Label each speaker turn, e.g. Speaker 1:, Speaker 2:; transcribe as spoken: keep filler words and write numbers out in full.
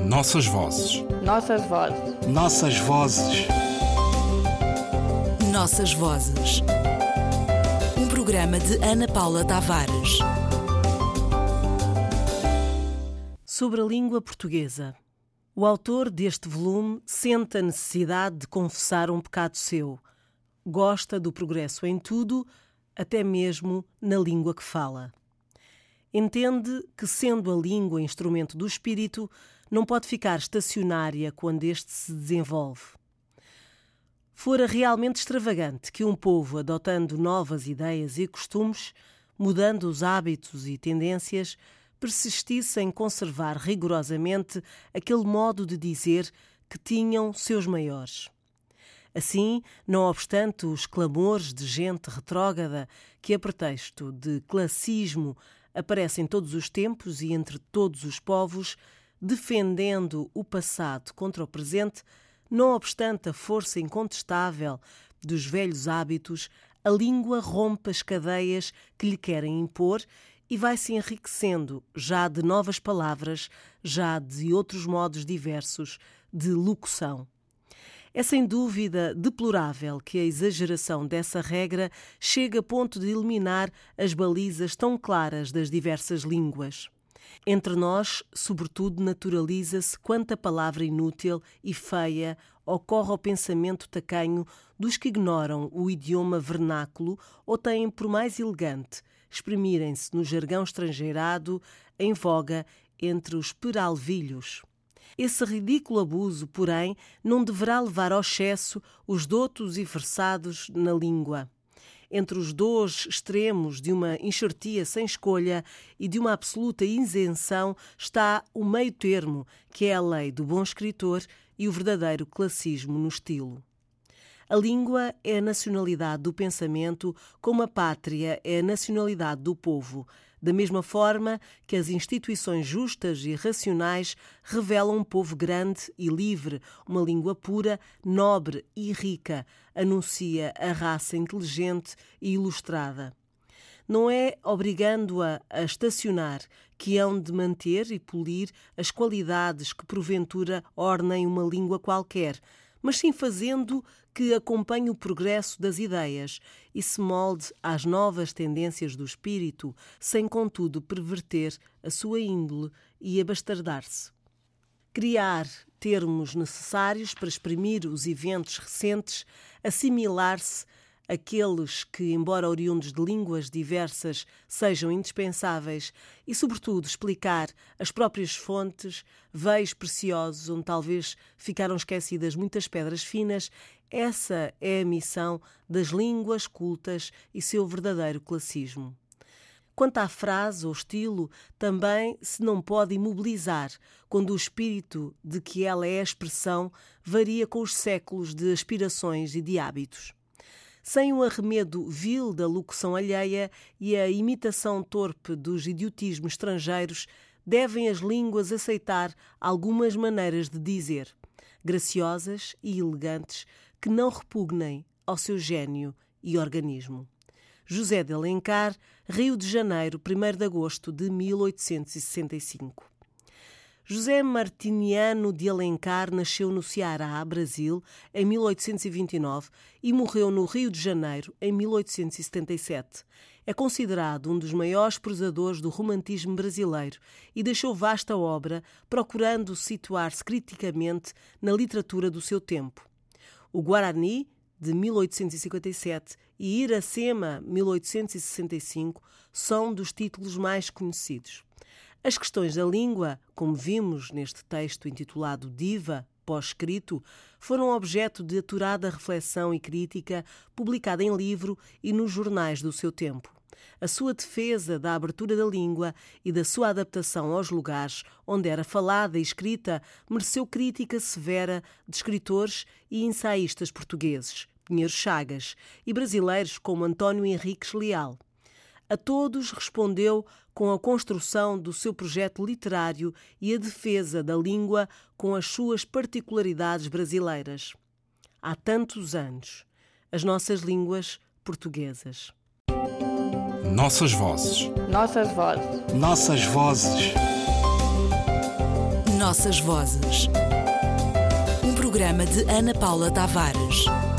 Speaker 1: Nossas vozes.
Speaker 2: Nossas vozes.
Speaker 3: Nossas vozes.
Speaker 4: Nossas vozes. Um programa de Ana Paula Tavares.
Speaker 5: Sobre a língua portuguesa. O autor deste volume sente a necessidade de confessar um pecado seu. Gosta do progresso em tudo, até mesmo na língua que fala. Entende que, sendo a língua instrumento do espírito, não pode ficar estacionária quando este se desenvolve. Fora realmente extravagante que um povo, adotando novas ideias e costumes, mudando os hábitos e tendências, persistisse em conservar rigorosamente aquele modo de dizer que tinham seus maiores. Assim, não obstante os clamores de gente retrógrada que, a pretexto de classismo, aparece em todos os tempos e entre todos os povos, defendendo o passado contra o presente, não obstante a força incontestável dos velhos hábitos, a língua rompe as cadeias que lhe querem impor e vai-se enriquecendo já de novas palavras, já de outros modos diversos de locução. É sem dúvida deplorável que a exageração dessa regra chegue a ponto de eliminar as balizas tão claras das diversas línguas. Entre nós, sobretudo, naturaliza-se quanta palavra inútil e feia ocorre ao pensamento tacanho dos que ignoram o idioma vernáculo ou têm por mais elegante exprimirem-se no jargão estrangeirado em voga entre os peralvilhos. Esse ridículo abuso, porém, não deverá levar ao excesso os dotos e versados na língua. Entre os dois extremos de uma enxertia sem escolha e de uma absoluta isenção está o meio termo, que é a lei do bom escritor e o verdadeiro classismo no estilo. A língua é a nacionalidade do pensamento, como a pátria é a nacionalidade do povo, da mesma forma que as instituições justas e racionais revelam um povo grande e livre, uma língua pura, nobre e rica, anuncia a raça inteligente e ilustrada. Não é obrigando-a a estacionar que hão de manter e polir as qualidades que porventura ornem uma língua qualquer, mas sim fazendo que acompanhe o progresso das ideias e se molde às novas tendências do espírito, sem contudo perverter a sua índole e abastardar-se. Criar termos necessários para exprimir os eventos recentes, assimilar-se aqueles que, embora oriundos de línguas diversas, sejam indispensáveis e, sobretudo, explicar as próprias fontes, veios preciosos onde talvez ficaram esquecidas muitas pedras finas, essa é a missão das línguas cultas e seu verdadeiro classismo. Quanto à frase ou estilo, também se não pode imobilizar, quando o espírito de que ela é a expressão varia com os séculos de aspirações e de hábitos. Sem o arremedo vil da locução alheia e a imitação torpe dos idiotismos estrangeiros, devem as línguas aceitar algumas maneiras de dizer, graciosas e elegantes, que não repugnem ao seu gênio e organismo. José de Alencar, Rio de Janeiro, primeiro de agosto de mil oitocentos e sessenta e cinco. José Martiniano de Alencar nasceu no Ceará, Brasil, em mil oitocentos e vinte e nove e morreu no Rio de Janeiro, em mil oitocentos e setenta e sete. É considerado um dos maiores prosadores do romantismo brasileiro e deixou vasta obra, procurando situar-se criticamente na literatura do seu tempo. O Guarani, de mil oitocentos e cinquenta e sete, e Iracema, mil oitocentos e sessenta e cinco, são dos títulos mais conhecidos. As questões da língua, como vimos neste texto intitulado Diva, pós-escrito, foram objeto de aturada reflexão e crítica, publicada em livro e nos jornais do seu tempo. A sua defesa da abertura da língua e da sua adaptação aos lugares onde era falada e escrita mereceu crítica severa de escritores e ensaístas portugueses, Pinheiro Chagas, e brasileiros como António Henriques Leal. A todos respondeu com a construção do seu projeto literário e a defesa da língua com as suas particularidades brasileiras. Há tantos anos, as nossas línguas portuguesas.
Speaker 1: Nossas vozes.
Speaker 2: Nossas vozes.
Speaker 3: Nossas vozes.
Speaker 4: Nossas Vozes. Um programa de Ana Paula Tavares.